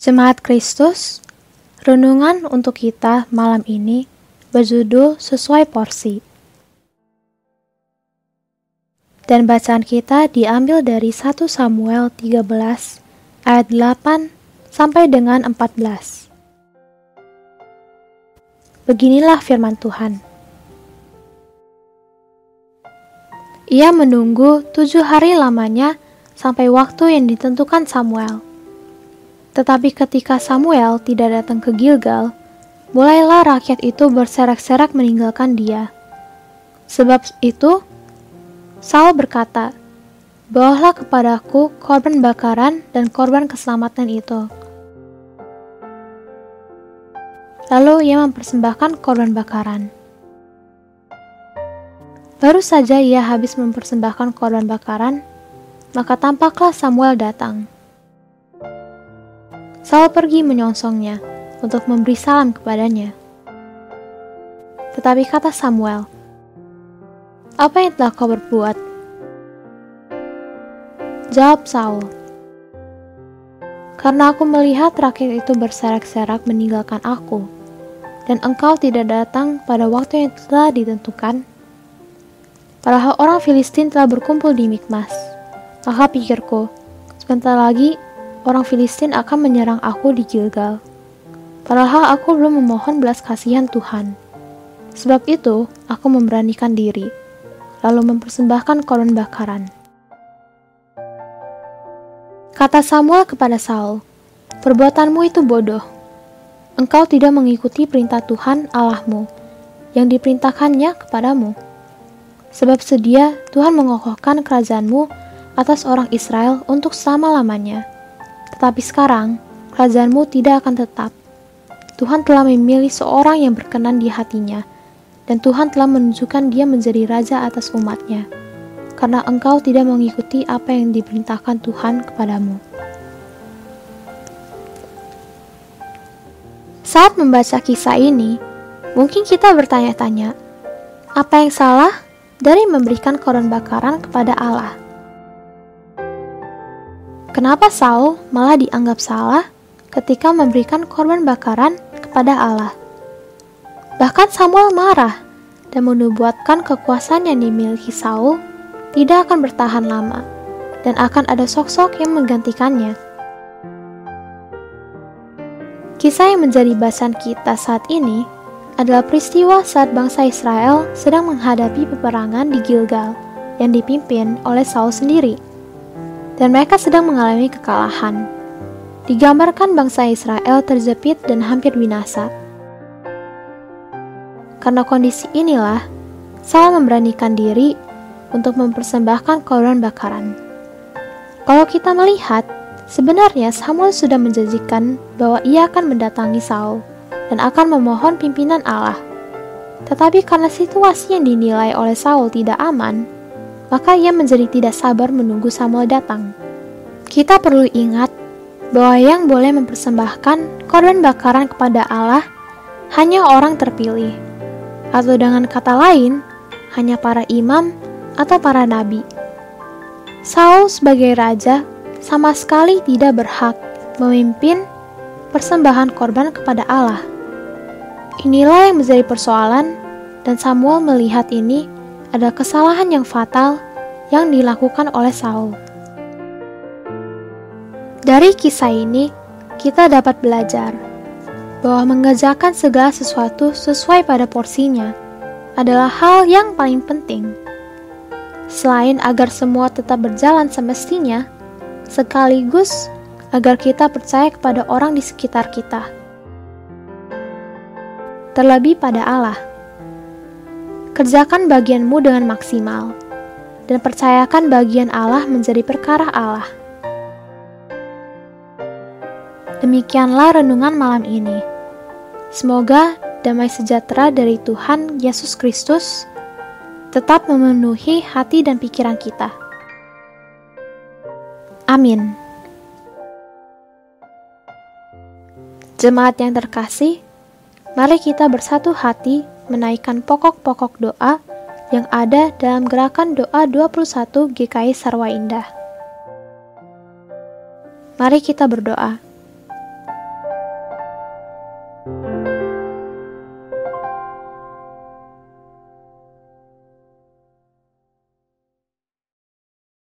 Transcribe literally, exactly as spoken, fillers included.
Jemaat Kristus, renungan untuk kita malam ini berjudul Sesuai Porsi. Dan bacaan kita diambil dari satu Samuel tiga belas ayat delapan sampai dengan empat belas. Beginilah firman Tuhan. Ia menunggu tujuh hari lamanya sampai waktu yang ditentukan Samuel. Tetapi ketika Samuel tidak datang ke Gilgal, mulailah rakyat itu berserak-serak meninggalkan dia. Sebab itu, Saul berkata, "Bawalah kepadaku korban bakaran dan korban keselamatan itu." Lalu ia mempersembahkan korban bakaran. Baru saja ia habis mempersembahkan korban bakaran, maka tampaklah Samuel datang. Saul pergi menyongsongnya untuk memberi salam kepadanya. Tetapi kata Samuel, "Apa yang telah kau berbuat?" Jawab Saul, "Karena aku melihat rakyat itu berserak-serak meninggalkan aku, dan engkau tidak datang pada waktu yang telah ditentukan. Padahal orang Filistin telah berkumpul di Mikmas. Maka pikirku, sebentar lagi orang Filistin akan menyerang aku di Gilgal. Padahal aku belum memohon belas kasihan Tuhan. Sebab itu, aku memberanikan diri, lalu mempersembahkan korban bakaran." Kata Samuel kepada Saul, "Perbuatanmu itu bodoh. Engkau tidak mengikuti perintah Tuhan Allahmu, yang diperintahkannya kepadamu. Sebab sedia Tuhan mengokohkan kerajaanmu atas orang Israel untuk selama-lamanya. Tetapi sekarang, kerajaanmu tidak akan tetap. Tuhan telah memilih seorang yang berkenan di hatinya, dan Tuhan telah menunjukkan dia menjadi raja atas umatnya, karena engkau tidak mengikuti apa yang diperintahkan Tuhan kepadamu." Saat membaca kisah ini, mungkin kita bertanya-tanya, apa yang salah dari memberikan korban bakaran kepada Allah? Kenapa Saul malah dianggap salah ketika memberikan korban bakaran kepada Allah? Bahkan Samuel marah dan menubuatkan kekuasaan yang dimiliki Saul tidak akan bertahan lama dan akan ada sosok yang menggantikannya. Kisah yang menjadi bahasan kita saat ini adalah peristiwa saat bangsa Israel sedang menghadapi peperangan di Gilgal yang dipimpin oleh Saul sendiri. Dan mereka sedang mengalami kekalahan. Digambarkan bangsa Israel terjepit dan hampir binasa. Karena kondisi inilah, Saul memberanikan diri untuk mempersembahkan korban bakaran. Kalau kita melihat, sebenarnya Samuel sudah menjanjikan bahwa ia akan mendatangi Saul dan akan memohon pimpinan Allah. Tetapi karena situasi yang dinilai oleh Saul tidak aman, maka ia menjadi tidak sabar menunggu Samuel datang. Kita perlu ingat bahwa yang boleh mempersembahkan korban bakaran kepada Allah hanya orang terpilih, atau dengan kata lain, hanya para imam atau para nabi. Saul sebagai raja sama sekali tidak berhak memimpin persembahan korban kepada Allah. Inilah yang menjadi persoalan, dan Samuel melihat ini ada kesalahan yang fatal yang dilakukan oleh Saul. Dari kisah ini, kita dapat belajar bahwa mengerjakan segala sesuatu sesuai pada porsinya adalah hal yang paling penting. Selain agar semua tetap berjalan semestinya, sekaligus agar kita percaya kepada orang di sekitar kita, terlebih pada Allah. Kerjakan bagianmu dengan maksimal, dan percayakan bagian Allah menjadi perkara Allah. Demikianlah renungan malam ini. Semoga damai sejahtera dari Tuhan Yesus Kristus tetap memenuhi hati dan pikiran kita. Amin. Jemaat yang terkasih, mari kita bersatu hati menaikkan pokok-pokok doa yang ada dalam gerakan doa dua puluh satu G K I Sarwa Indah. Mari kita berdoa.